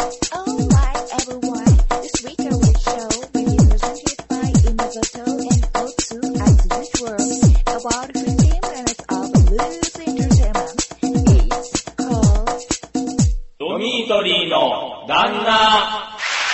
Alright everyone, this week I will show will be presented by Inazato and Otsu as usual about 15 minutes of loose entertainment. It's called ドミートリーの旦那。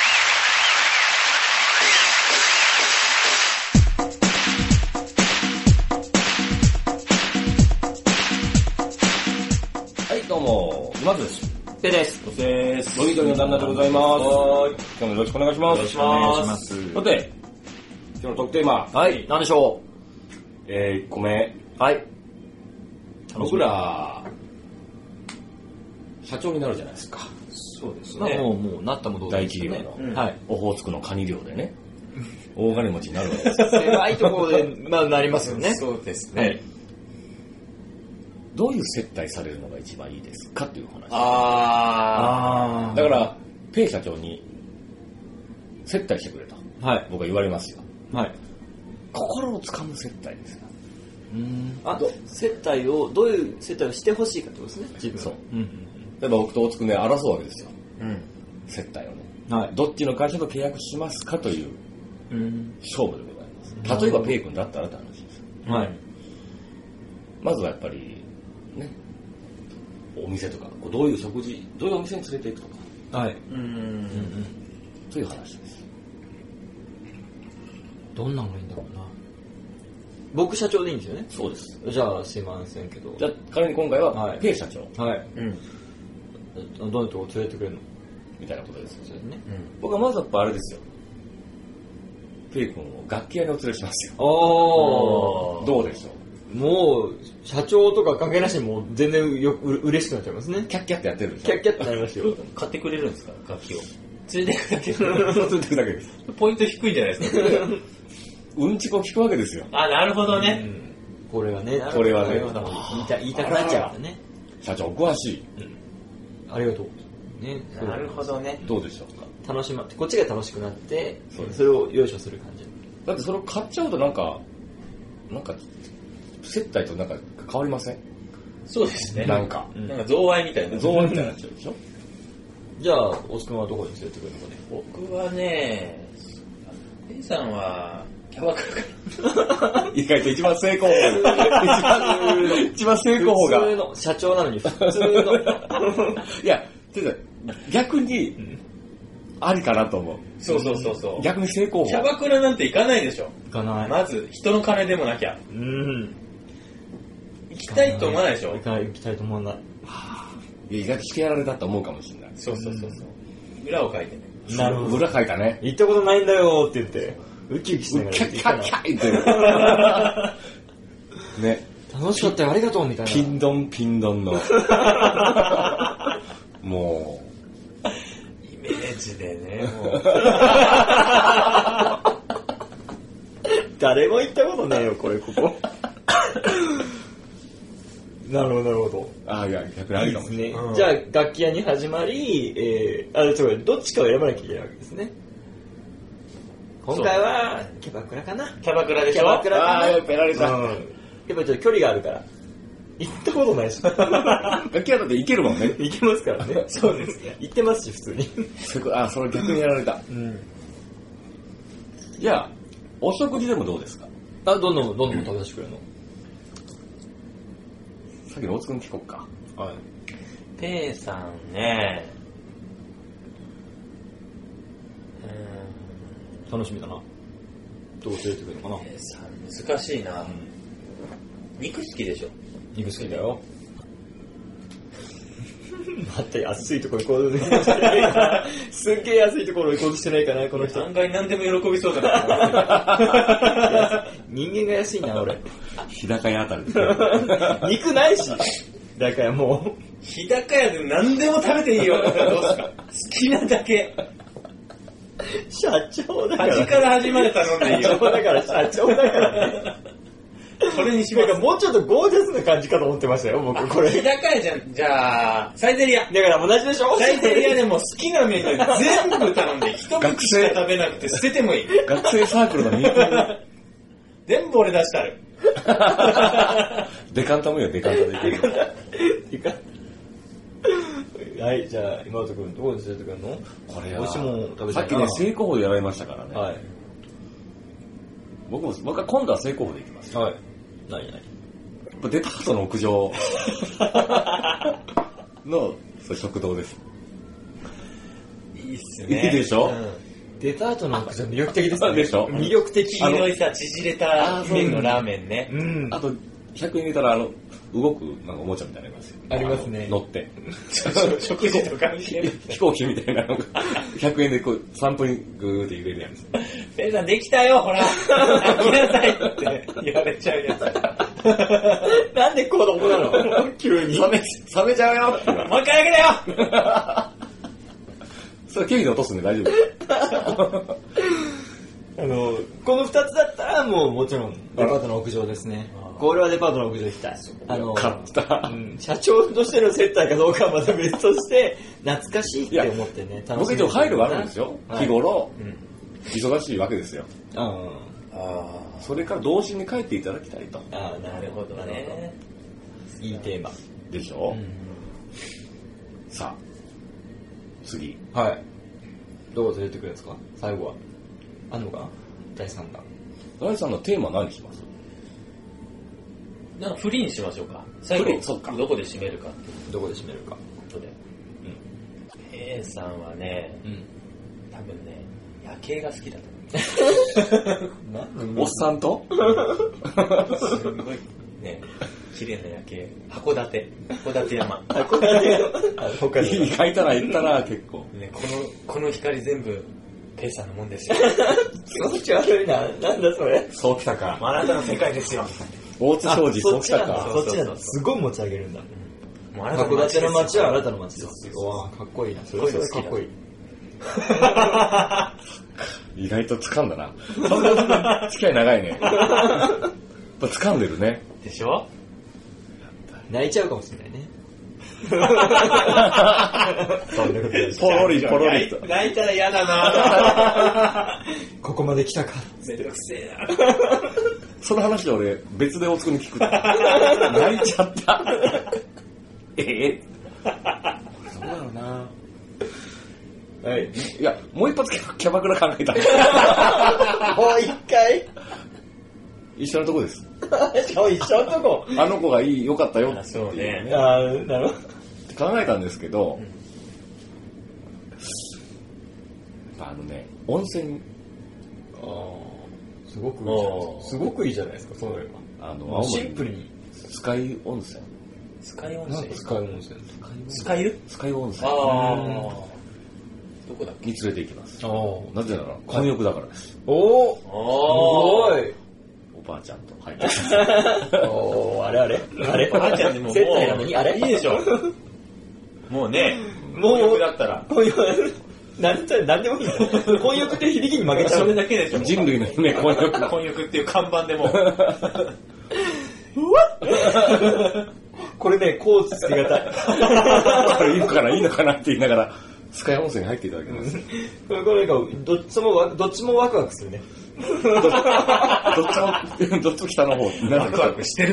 はいどうもまずですペです。 そしてドミートリーの旦那でございます。今日もよろしくお願いします。 よろしくお願いします。 さて今日のトークテーマ、 はい、何でしょ 1個目、 う。はい。 僕ら社長になるじゃないですか。 そうですね。もうなったも同然ですね。 大企業の、 はい。 オホーツクのカニ漁でね大金持ちになるわけです。 狭いところで、なりますよね。 そうですはいね。 どういう接待されるのが一番いいですかっていう話。 あだからペイ社長に接待してくれとはい。 僕は言われますよ。 はい。 心をつかむ接待ですよ。 接待を、どういう接待をしてほしいかってことですね、自分。 そう。 うん例えば僕と大津くんで争うわけですよ。 ー。うん。 接待をね。 はい。 どっちの会社と契約しますかという勝負でございます。例えばペイ君だったらって話ですよ。 はい。 まずはやっぱりね、お店とかどういう食事、どういうお店に連れて行くとか、 はい。 そういう話です。 どんなのがいいんだろうな。僕社長でいいんですよね。 そうです。 じゃあすいませんけど。 じゃあ仮に今回ははいペイ社長はい。 うん。 どういうとこ連れてくれるの？ みたいなことですよ。 そうですね。 僕はまずやっぱあれですよ。ペイ君を楽器屋にお連れしますよ。 おー。 どうでしょう。 もう、社長とか関係なしにもう全然嬉しくなっちゃいますね。 キャッキャってやってるでしょ。 キャッキャってなりますよ。 買ってくれるんですか、楽器を。連れてくだけ。 連れてくだけです。 ポイント低いんじゃないですか。 うんちこ聞くわけですよ。 あ、なるほどね。 これはね、 これはね言いたくなっちゃうんだね。 社長お詳しい。 ありがとう。ね、 なるほどね。 どうでしょうか。 楽しまって、こっちが楽しくなってそうで、すそれをよいしょする感じ。 だってそれを買っちゃうとなんか接待となんか変わりません？ そうですね。 なんかなんか贈賄みたいな。 贈賄みたいになっちゃうでしょ。 じゃあ、大津君はどこに連れてくるのかね。 僕はね、ペイさんは、キャバクラか意外と一番成功法一番成功法が普通の、社長なのに普通の。 いやてか逆にありかなと思う。 そうそうそうそう。 逆に成功法。 キャバクラなんて行かないでしょ。 行かない。 まず、人の金でもなきゃ。 うん。 行きたいと思わないでしょ。 行きたいと思わない。 いや意外としてやられたと思うかもしれない。 そうそうそうそう。裏を書いてね。 なるほど。 裏書いたね。 行ったことないんだよって言って、ウキウキしながらキャッキャッキャッ言ってる。ね。 楽しかったよ、ありがとうみたいな。 ピンドンの。もイメージでね、もう。 誰も行ったことねえよ、ここ。なるほど、なるほど。 う、ああ、いや、逆にありかもしれない。 ね、じゃあ、楽器屋に始まり、どっちかを選ばなきゃいけないわけですね。今回は、キャバクラかな。 キャバクラでしょ。 キャバクラかな。 ああ、やっぱやられた。 やっぱちょっと距離があるから。行ったことないし。 楽器屋だっていけるもんね。 行けますからね。 そうですね。 行ってますし、普通に。 それ逆にやられた。じゃあ、お食事でもどうですか？ どんどん食べさせてくれるの？ さっきの大津くん聞こうか。 はい。 ペイさんね、 楽しみだな。どう連れてくるのかな？ ペイさん難しいな。肉好きでしょ。 肉好きだよ。待って、安いところ行こうとしてないかな。すっげえ安いところ行こうとしてないかな、この人。 案外何でも喜びそうだな。 人間が安いな、俺。 日高屋あたりで。 肉ないし。だからもう。 日高屋で何でも食べていいよ。どうすか。好きなだけ。 社長だから。 端から端まで頼んでいいよ。 社長だから、社長だからね。 それにします。 もうちょっとゴージャスな感じかと思ってましたよ、僕、これ。 日高屋じゃあ、サイゼリア。 だから同じでしょ？ サイゼリアでも好きなメニュー全部頼んで、一口しか食べなくて捨ててもいい。 学生サークルのミーティング。 全部俺出したる。 デカンタもいいよ、デカンタでいける。 はい、じゃあ、今本君、どこに連れてくるの？ これは美味しいもん食べたいな。 さっきね、成功法でやられましたからね。 はい。 僕は今度は成功法でいきます。 はい。何デパートの屋上の食堂です。 いいっすね。 いいでしょ、 デパートの屋上魅力的ですね。 でしょ魅力的。 黄色いさ、縮れた麺のラーメンね。 あと、100円入れたら、動く、なんかおもちゃみたいなのありますよ。 ありますね。 乗って。 食事とか飛行機みたいなのが、100円でこう、3分ぐーって揺れるやつ。 ペンさんできたよ、ほら来なさいって言われちゃうやつ。 なんで子供なの急に。 冷めちゃうよもう一回あげてよそれ経費で落とすんで大丈夫この2つだったらもちろんデパートの屋上ですね。これはデパートの屋上行きたい。 買った、 社長としての接待かどうかはまた別として懐かしいって思ってね。 僕一応配慮があるんですよ。日頃、忙しいわけですよ。それから童心に帰っていただきたいと。 なるほどね。いいテーマでしょ、さあ次、 はい、どう連れてくるんですか最後は。あんのかな第3弾。 第3弾テーマ何します？ なんかフリーにしましょうか。最後どこで締めるかっていう。 どこで締めるかことで。A さんはね、多分ね、夜景が好きだと思う。 おっさんとすごいね、綺麗な夜景。函館山。 函館山。書いたら行ったな、結構。 ね、この光全部、ペイさんのもんですよ。 気持ち悪いな。なんだそれ。 そうきたか。 あなたの世界ですよ。 大津商事、そうきたか。 そっちなんだ。すごい持ち上げるんだ。函館の街はあなたの街です。わかっこいいな。それかっこいい。 意外と掴んだな。そんな付き合い長いね。掴んでるね。 でしょ？ 泣いちゃうかもしれないね。 ポロリと。 泣いたら嫌だなここまで来たか。 めんどくせえな。 その話俺別でおつくに聞く。泣いちゃった。そうだろうな。はい。いや、もう一発キャバクラ考えた。 もう一回一緒のとこです。 一緒のとこ。 あの子が良かったよって。 そうね。 なるほど。考えたんですけど、温泉。 すごくいいじゃないですか、そういうの。シンプルに。 スカイ温泉。 スカイ温泉。 スカイ温泉。 スカイ温泉。 どこだっけ？ に連れて行きます。なぜなら、混浴だからです。 すごい。 おばあちゃんと入ってます。 あれおばあちゃんでも接待なのにあれいいでしょ。もうね、混浴だったら。 なんでもいいんだ。混浴って響きに負けちゃう。 それだけでしょ。 人類のね、 混浴っていう看板でも。 これね、コーチつけがたい。 これいいのかなって言いながら、スカイ温泉に入っていただきます。 これどっちもワクワクするね。 どっちも北の方。 ワクワクしてるって。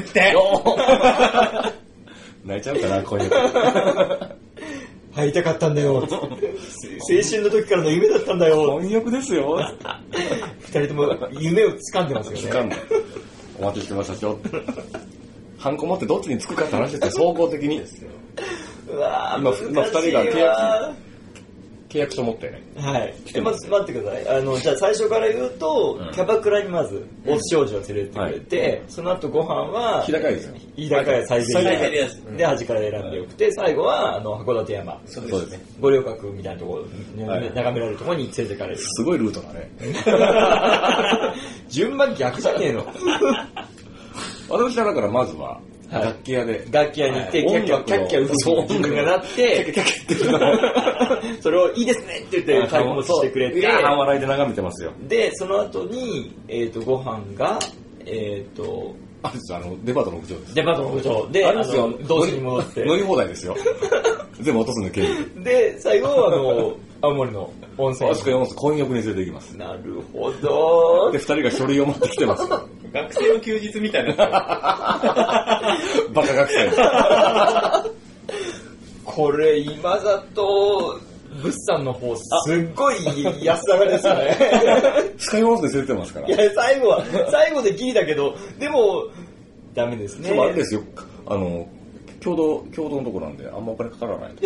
泣いちゃうかな、混浴。 入りたかったんだよ。青春の時からの夢だったんだよ。 混浴ですよ。 二人とも夢を掴んでますよね。 掴んで。お待ちしてましたよ。ハンコ持ってどっちにつくかって話ですよ、総合的に。今二人が契約書持ってね。 はい。まず待ってください。じゃあ最初から言うと、キャバクラにまず、お少女を連れてくれて、その後ご飯は、 日高屋ですよ。 日高屋サイゼリヤで端から選んでよくて、最後は、函館山。 そうですね。 五稜郭みたいなところ、眺められるところに連れてかれる。 すごいルートだね。 順番逆じゃねえの。 私はだからまずは、楽器屋に行って、キャッキャウフフ自分がなって、それをいいですねって言って太鼓持ちしてくれて、 半笑いで眺めてますよ。 で、その後に、ご飯が、 あれです、デパートの屋上です。 デパートの屋上で、同時に戻って。 乗り放題ですよ。全部落とすんで、経費。 で、最後は青森の温泉。 混浴に連れて行きます。 なるほど。 で、二人が書類を持ってきてます。 学生の休日みたいな。 バカ学生。 これ今だと物産の方すっごい安上がりですよね。 使い物で出てますから。 いや最後でギリだけど、でもダメですね。 でもあれですよ、共同のとこなんであんまお金かからない。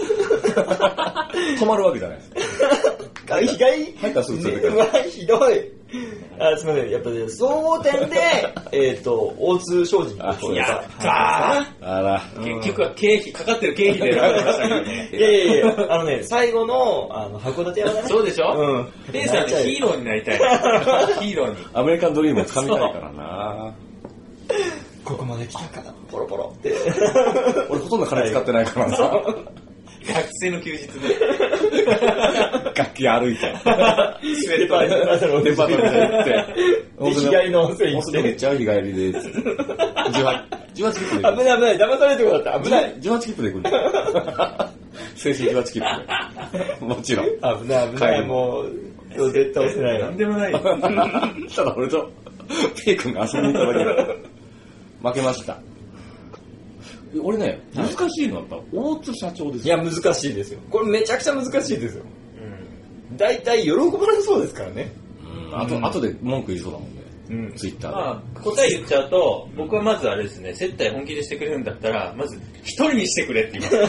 止まるわけじゃないです。 意外入ったらすぐ連れてくる。 うわひどい。すみません、やっぱり総合店で大津商事にやったー。 あら、 結局は経費かかってる経費で選ばれましたけどね。 いや最後の函館山だね。 そうでしょ。 うん。 ペイさんヒーローになりたい。ヒーローに。 アメリカンドリームを掴みたいからな。 ここまで来たからポロポロって。 俺ほとんど金使ってないからな。 学生の休日で楽器歩いてデパートに行って日帰りの温泉行ってめっちゃ日帰りで18切符で行く。 危ない騙されるとこだった。危ない。 18切符で行くんだよ。精神18切符でもちろん危ないもう絶対押せない。 なんでもないよ。 ただ俺とペイ君が遊びに行っただけで負けました。俺ね、難しいのはやっぱ大津社長ですよ。いや難しいですよ。これめちゃくちゃ難しいですよ。大体喜ばれそうですからね。 あとで文句言いそうだもんね。ツイッターで。 まあ、答え言っちゃうと、僕はまずあれですね、接待本気でしてくれるんだったら、まず一人にしてくれって言います。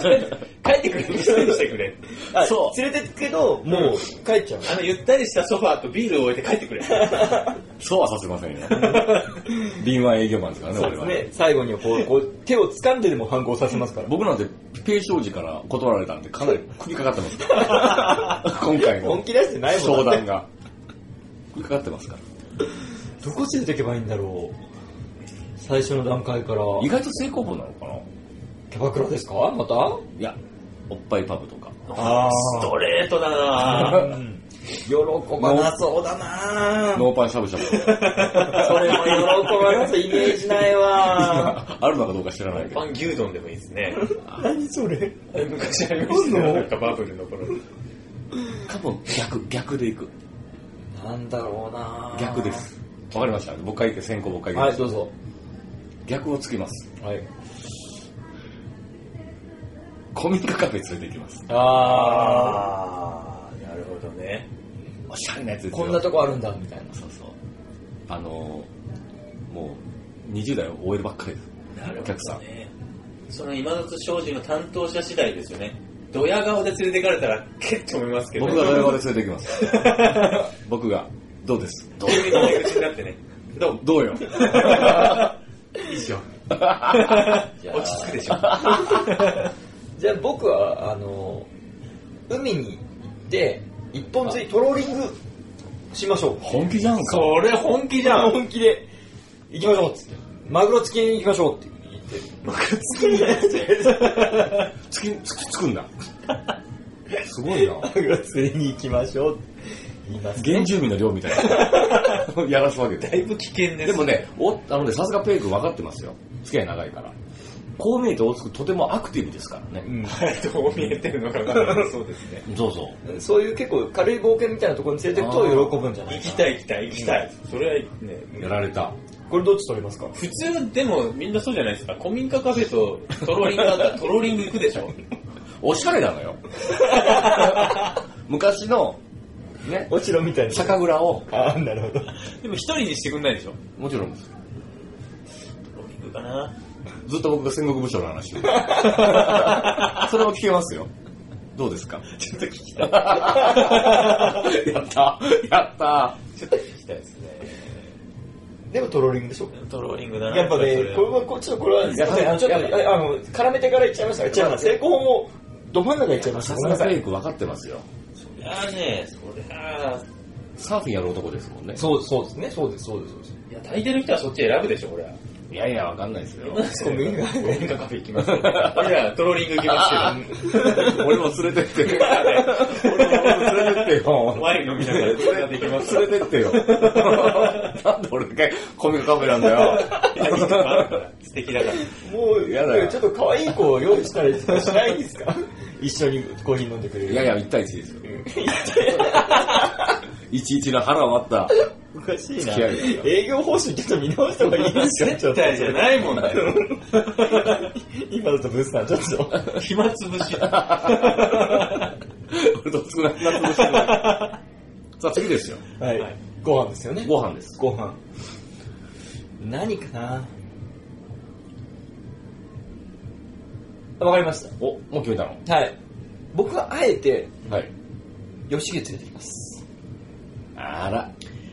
帰ってくれ、一人にしてくれ。 そう。連れてくけど、もう帰っちゃう。 ゆったりしたソファーとビールを置いて帰ってくれ。 そうはさせませんよ。敏腕営業マンですからね、 俺は。そうですね。最後にこう手を掴んででも反抗させますから。 僕なんてペイ商事から断られたんでかなり首かかってます。今回の本気出してないもんね。 相談が首かかってますから。 どこ連れてけばいいんだろう。最初の段階から。 意外と成功部なのかな。 キャバクラですかまた。 いや、おっぱいパブとか。 ストレートだな喜ばなそうだなノーパンしゃぶしゃぶ。それも喜ばなそうイメージないわあるのかどうか知らないけど。 ノーパン牛丼でもいいですね。 何それ昔ありましたよ。なんかバブルの頃。 多分逆でいく。 なんだろうな逆です。わかりました。僕から言って先行僕から言はい、どうぞ。 逆をつきます。 はい。 古民家カフェ連れて行きます。 なるほどね。 おしゃれなやつですよ。 こんなとこあるんだみたいな。 そうそう。もう20代を終えるばっかりです。 なるほどね。 お客さん。 その今里商事の担当者次第ですよね。ドヤ顔で連れて行かれたらけっと思いますけど。 僕がドヤ顔で連れて行きます。僕がどうです。 どういう口になってね。 どうよ。 いいっしょ。落ち着くでしょ。 じゃあ僕は海に行って一本釣りトローリングしましょう。 本気じゃんか。 それ本気じゃん。 本気で行きましょうっつって。マグロ付きに行きましょうって言って。 マグロ付きにつくんだ。すごいな。 マグロ釣りに行きましょうって言います、ね。 原住民の寮みたいな。やらすわけで。 だいぶ危険です。 でもね、さすがペイ君分かってますよ。付き合い長いから。こう見えて大津区とてもアクティブですからね。 どう見えてるのか分からない。そうですね。 そう。 そういう結構軽い冒険みたいなところに連れてくと喜ぶんじゃないかな。 行きたい。それはね。 やられた。 これどっち取りますか？ 普通でもみんなそうじゃないですか。古民家カフェとトローリングだったらトローリング行くでしょ。 おしゃれなのよ。昔のね、 お城みたいな酒蔵を。 なるほど。 でも一人にしてくんないでしょ。 もちろんです。 トローリングかな。 ずっと僕が戦国武将の話してる。それも聞けますよ。どうですか？ ちょっと聞きたい。 やったちょっと聞きたいですね。 でもトローリングでしょ。 トローリングだな。 やっぱね、これはちょっとこれはちょっと絡めてからいっちゃいました。成功法もど真ん中いっちゃいました。 さすがペイ君分かってますよ。 そりゃあね、 サーフィンやる男ですもんね。 そうですね。そうです。 いや、大抵の人はそっち選ぶでしょ、これは。 いや分かんないですよ。 古民家カフェ行きます。俺らトローリング行きますけど。 俺も連れてって。俺も連れてってよ。 ワイン飲みながら連れて行きます。 連れてってよ。なんで俺だけ古民家カフェなんだよ。 素敵だから。 もう、やだよ。ちょっと可愛い子を用意したりしないんですか？一緒にコーヒー飲んでくれる。 いや、1対1ですよ。 11の腹割った。 おかしいな。営業報酬ちょっと見直した方がいいですか？ 接待じゃないもんだよ。 今だとブースさんちょっと。 暇つぶし。 俺と少なくなってさあ次ですよ。 はい。ご飯ですよね。 ご飯です。 ご飯。何かな。わかりました。 お、もう決めたの？ はい。僕はあえて、 はい。 吉毛連れてきます。 あら。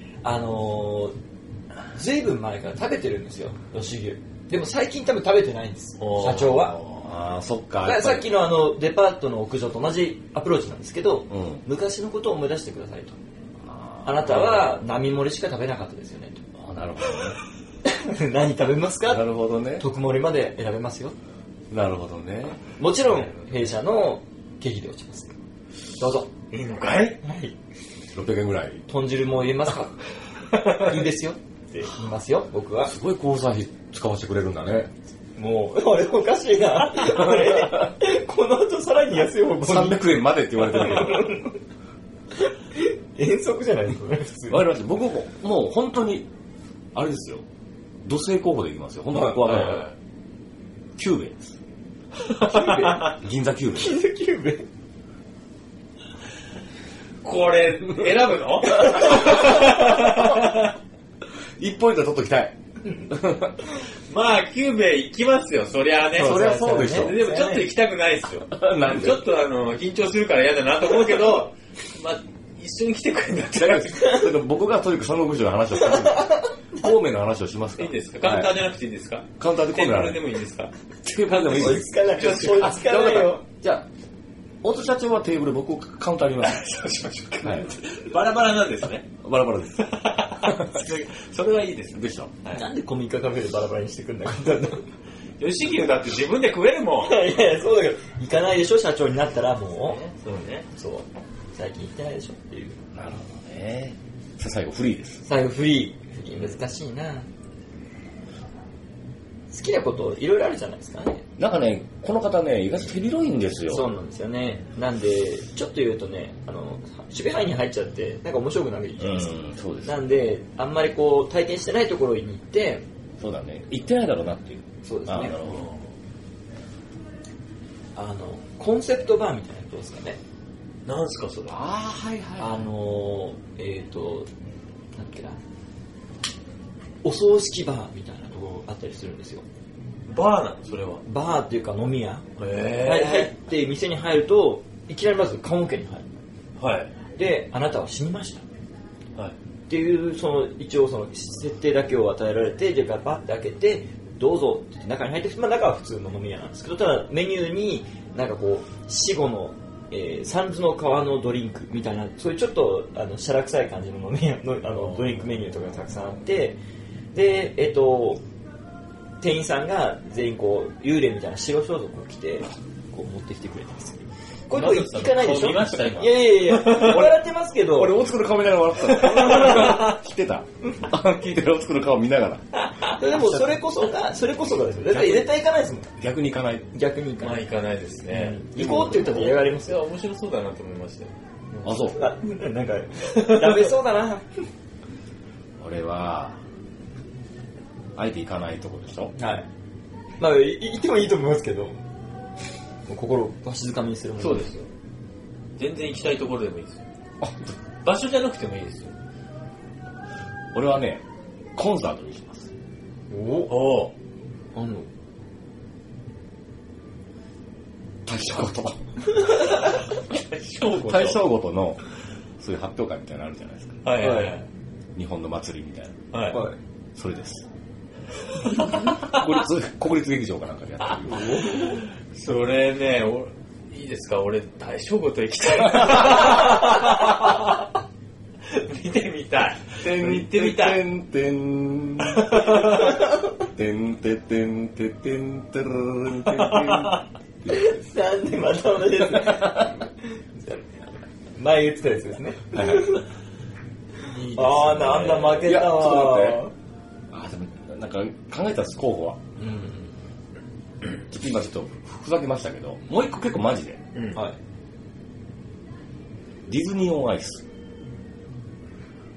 ずいぶん前から食べてるんですよ、吉牛。でも最近多分食べてないんです、社長は。 ああ、そっか。 さっきのデパートの屋上と同じアプローチなんですけど、昔のことを思い出してくださいと。あなたは並盛りしか食べなかったですよねと。 あ、なるほどね。 何食べますか？ なるほどね。 特盛りまで選べますよ。 なるほどね。 もちろん弊社の経費で落ちます。どうぞ。 いいのかい？ はい。 600円ぐらい。 豚汁も入れますか？いいですよって言いますよ、僕は。 すごい交際費使わせてくれるんだね。 もう、俺おかしいな。この後さらに安い方向に。 300円までって言われてるけど。遠足じゃないですかね、普通に。 わかりました。僕もう本当に、あれですよ。土星候補でいきますよ。本当にここはキューベイです。銀座キューベイ。 銀座キューベイ。 これ、選ぶの 1ポイント取っときたい。 まあ、キューベイ行きますよ、そりゃね。 そりゃそうでしょ。 でもちょっと行きたくないですよ。 なんでちょっと緊張するから嫌だなと思うけど、まあ、一緒に来てくれるんだったら。 僕がとにかく三国志の話をする。方面の話をしますか？ いいですか？カウンターじゃなくていいですか？ カウンターでテーブルでもいいですか？ テーブルでもいいです。 追いつかない。追いつかないよ。 じゃあ、大津社長はテーブル、僕カウンターあります。 そうしましょうか。 はい。 バラバラなんですね。 バラバラです。 それはいいですね。 でしょ。 なんで古民家カフェでバラバラにしてくんだか。 吉牛だって自分で食えるもん。 いやいや、そうだけど、行かないでしょ、社長になったらもう。 そうね。 そう。最近行ってないでしょっていう。 なるほどね。さあ最後フリーです。 最後フリー。フリー難しいな。好きなこといろいろあるじゃないですかね。 なんかね、この方ね、意外と手広いんですよ。 そうなんですよね。なんで、ちょっと言うとね、守備範囲に入っちゃって、なんか面白くなるじゃないですか。 そうです。 なんで、あんまりこう、体験してないところに行って、 そうだね。行ってないだろうなっていう。 そうですね。 なるほど。 コンセプトバーみたいなのどうですかね。 なんすかそれ。 はいはい。 なんだっけな。お葬式バーみたいなところあったりするんですよ。 バーなのそれは。 バーっていうか飲み屋。入へって店に入ると、いきなりまず棺桶に入る。 はい。 で、あなたは死にました。 はい。 っていう、一応設定だけを与えられて、で、バッて開けて、どうぞって言って中に入ってきて、まあ中は普通の飲み屋なんですけど、ただメニューになんかこう、死後の、サンズの川のドリンクみたいな、そういうちょっと、シャラ臭い感じの飲み屋の、ドリンクメニューとかがたくさんあって、で、店員さんが全員こう、幽霊みたいな白装束を着て、こう持ってきてくれたんですよ。こういうとこ行かないでしょ？ 見ました今。 いや、笑ってますけど。 俺、大津の顔見ながら笑ってた。知ってた。聞いてる大津の顔見ながら。 でも、それこそがですよ。絶対行かないですもん。 逆に行かない。 逆に行かない。 まあ行かないですね。 行こうって言ったら嫌がりますよ。 いや、面白そうだなと思いましたよ。 あ、そう。 なんか、ダメそうだな。 俺は、あえて行かないとこでしょ？ はい。まあ、行ってもいいと思いますけど、心をわしづかみにするもの。 そうですよ。全然行きたいところでもいいですよ。場所じゃなくてもいいですよ。 俺はね、コンサートにします。 お。 大正大正ごとの、そういう発表会みたいなのあるじゃないですか。 はいはいはい。 日本の祭りみたいな。 はい。 それです。国立劇場かなんかでやってる。 それね、いいですか？俺、大正ごと行きたい。見てみたい。行ってみたい。 てんてん。てんててんててんてるんてんてん。 なんでまた同じですね。前言ってたやつですね。ああ、なんだ負けたわ。 ちょっと待って。でもなんか考えたんです候補は。ちょっと今ちょっとふざけましたけど、もう一個結構マジで。 はい。 ディズニーオンアイス。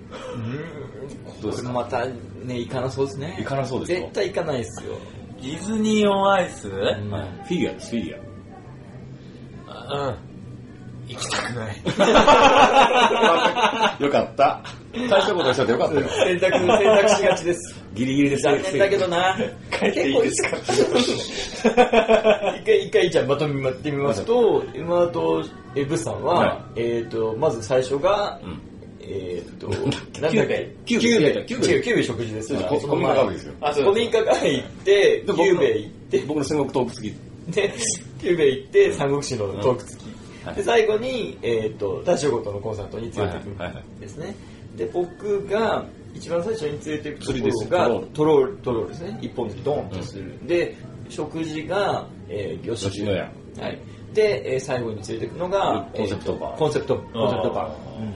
どうですか？ またね、行かなそうですね。 行かなそうですよ。 絶対行かないですよ。 ディズニーオンアイス？ フィギュアです、フィギュア。行きたくない。 よかった。最初のことしちゃってよかったよ。 選択しがちです。 ギリギリです。 残念だけどな。 帰っていいですか？ 一回じゃあまとめてみますと、今とブさんは、まず最初が、なんだっけ、キューベ食事ですよ。 古民家カフェですよ。 古民家カフェ行って、キューベ行って、 僕の戦国トーク付き。 で、キューベ行って、三国志のトーク付き。で、最後に、大仕事のコンサートに連れてくるんですね。で、僕が、一番最初に連れてくるところが、トロールですね。一本釣りドンとする。で、食事が、吉野家。はい。で、最後に連れてくるのが、 コンセプトバー。 コンセプトバー。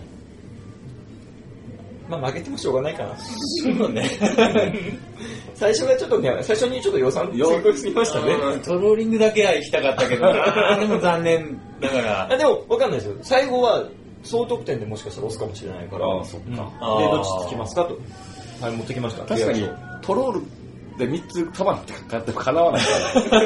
まあ負けてもしょうがないかな。 そうね。 最初がちょっとね、最初にちょっと予算つぎ込みすぎましたね。 トローリングだけは行きたかったけど、でも残念ながら。 でも分かんないですよ。最後は総得点でもしかしたら押すかもしれないから。 そっか。 で、どっちつきますかと。はい、持ってきました。 確かに、トロールで3つ束って買っても叶わないから。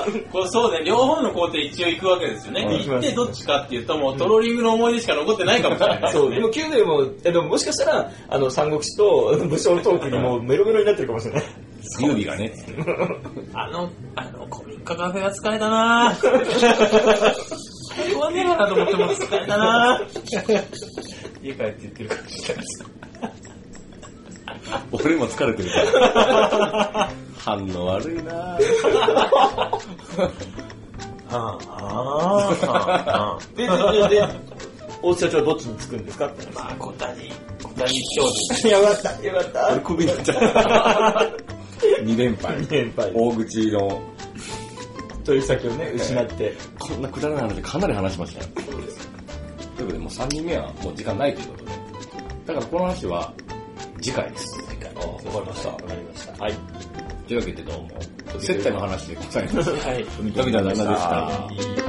これそうね、両方の工程一応行くわけですよね。行ってどっちかっていうと、もうトローリングの思い出しか残ってないかもしれない。 そう、でもキューベも、でももしかしたら、三国志と武将のトークにもメロメロになってるかもしれない。 指がね。 古民家カフェは疲れたなぁ。最後はねえかなと思っても疲れたなぁ。家帰って言ってるかもしれないです。 俺も疲れてるから。反応悪いなぁ。 で、大社長はどっちにつくんですかって。 まあ、小谷長寿。 よかった。 俺首になっちゃった。2連敗。大口の取引先をね、失って。 こんなくだらない話かなり話しましたよ。そうです。ということで、もう3人目はもう時間ないということで。だからこの話は次回です。 わかりました。はい。 というわけでどうも。接待の話でございます。 はい。 富田旦那でした。